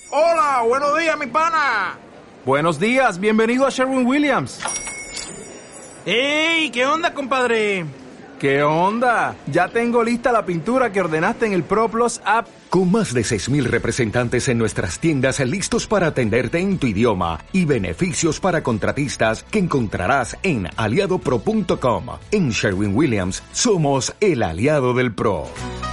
Hola, buenos días, mi pana. Buenos días, bienvenido a Sherwin-Williams. ¡Ey! ¿Qué onda, compadre? ¿Qué onda? Ya tengo lista la pintura que ordenaste en el ProPlus app. Con más de 6,000 representantes en nuestras tiendas listos para atenderte en tu idioma y beneficios para contratistas que encontrarás en aliadopro.com. En Sherwin-Williams somos el aliado del pro.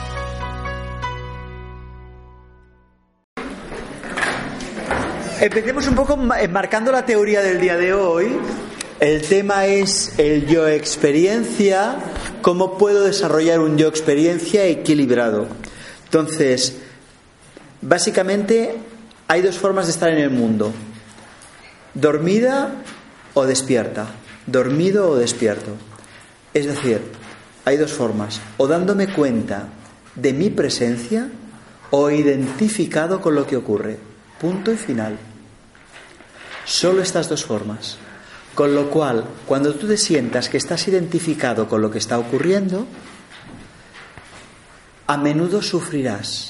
Empecemos un poco enmarcando la teoría del día de hoy. El tema es el yo experiencia, cómo puedo desarrollar un yo experiencia equilibrado. Entonces, básicamente hay dos formas de estar en el mundo: dormida o despierta, dormido o despierto. Es decir, hay dos formas: o dándome cuenta de mi presencia o identificado con lo que ocurre. Punto y final. Solo estas dos formas. Con lo cual, cuando tú te sientas que estás identificado con lo que está ocurriendo, a menudo sufrirás.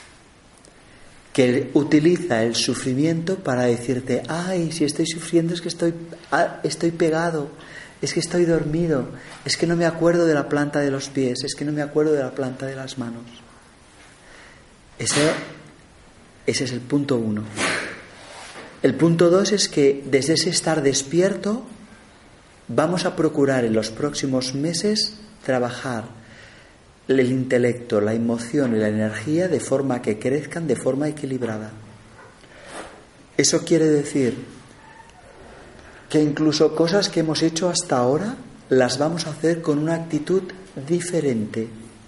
Que utiliza el sufrimiento para decirte: ay, si estoy sufriendo es que estoy pegado, es que estoy dormido, es que no me acuerdo de la planta de los pies, es que no me acuerdo de la planta de las manos. Ese es el punto 1. El punto 2 es que desde ese estar despierto vamos a procurar en los próximos meses trabajar el intelecto, la emoción y la energía de forma que crezcan de forma equilibrada. Eso quiere decir que incluso cosas que hemos hecho hasta ahora las vamos a hacer con una actitud diferente.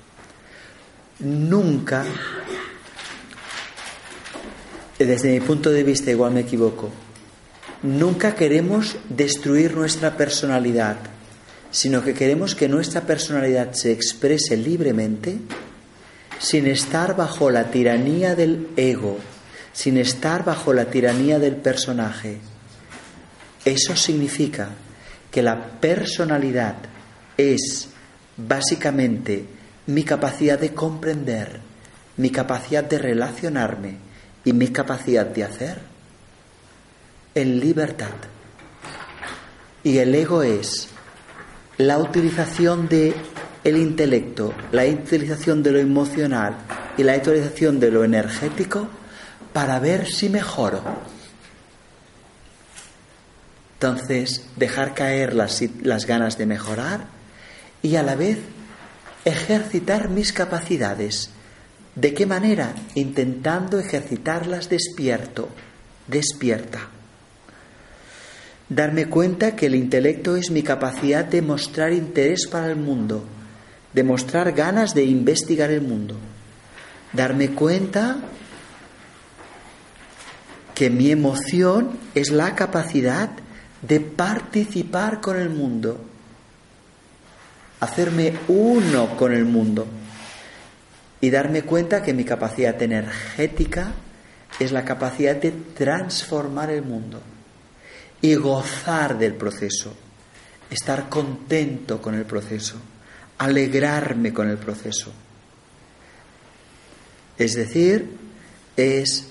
Nunca, desde mi punto de vista, igual me equivoco, nunca queremos destruir nuestra personalidad, sino que queremos que nuestra personalidad se exprese libremente, sin estar bajo la tiranía del ego, sin estar bajo la tiranía del personaje. Eso significa que la personalidad es básicamente mi capacidad de comprender, mi capacidad de relacionarme y mi capacidad de hacer en libertad. Y el ego es la utilización del intelecto, la utilización de lo emocional y la utilización de lo energético para ver si mejoro. Entonces, dejar caer las ganas de mejorar y a la vez ejercitar mis capacidades. ¿De qué manera? Intentando ejercitarlas despierta. Darme cuenta que el intelecto es mi capacidad de mostrar interés para el mundo, de mostrar ganas de investigar el mundo. Darme cuenta que mi emoción es la capacidad de participar con el mundo, hacerme uno con el mundo. Y darme cuenta que mi capacidad energética es la capacidad de transformar el mundo y gozar del proceso, estar contento con el proceso, alegrarme con el proceso. Es decir, es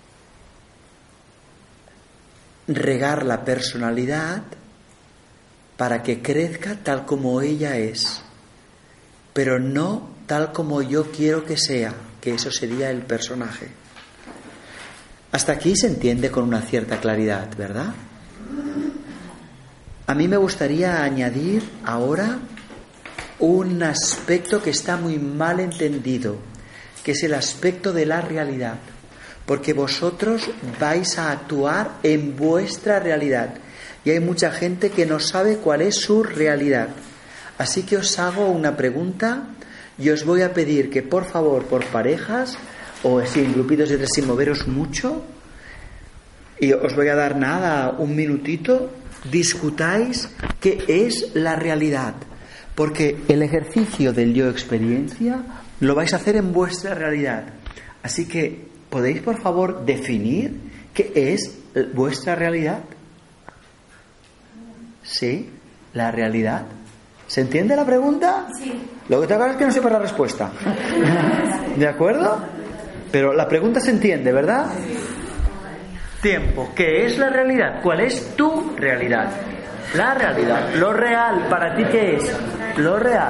regar la personalidad para que crezca tal como ella es, pero no tal como yo quiero que sea, que eso sería el personaje. Hasta aquí se entiende con una cierta claridad, ¿verdad? A mí me gustaría añadir ahora un aspecto que está muy mal entendido, que es el aspecto de la realidad, porque vosotros vais a actuar en vuestra realidad y hay mucha gente que no sabe cuál es su realidad. Así que os hago una pregunta y os voy a pedir que por favor, por parejas o así en grupitos de tres sin moveros mucho, y os voy a dar un minutito, discutáis qué es la realidad, porque el ejercicio del yo experiencia lo vais a hacer en vuestra realidad. Así que, ¿podéis por favor definir qué es vuestra realidad? ¿Sí? ¿La realidad? ¿Se entiende la pregunta? Sí. Lo que te acuerdas es que no sepas la respuesta. ¿De acuerdo? Pero la pregunta se entiende, ¿verdad? tiempo. ¿Qué es la realidad? ¿Cuál es tu realidad? La realidad. Lo real, ¿para ti qué es? Lo real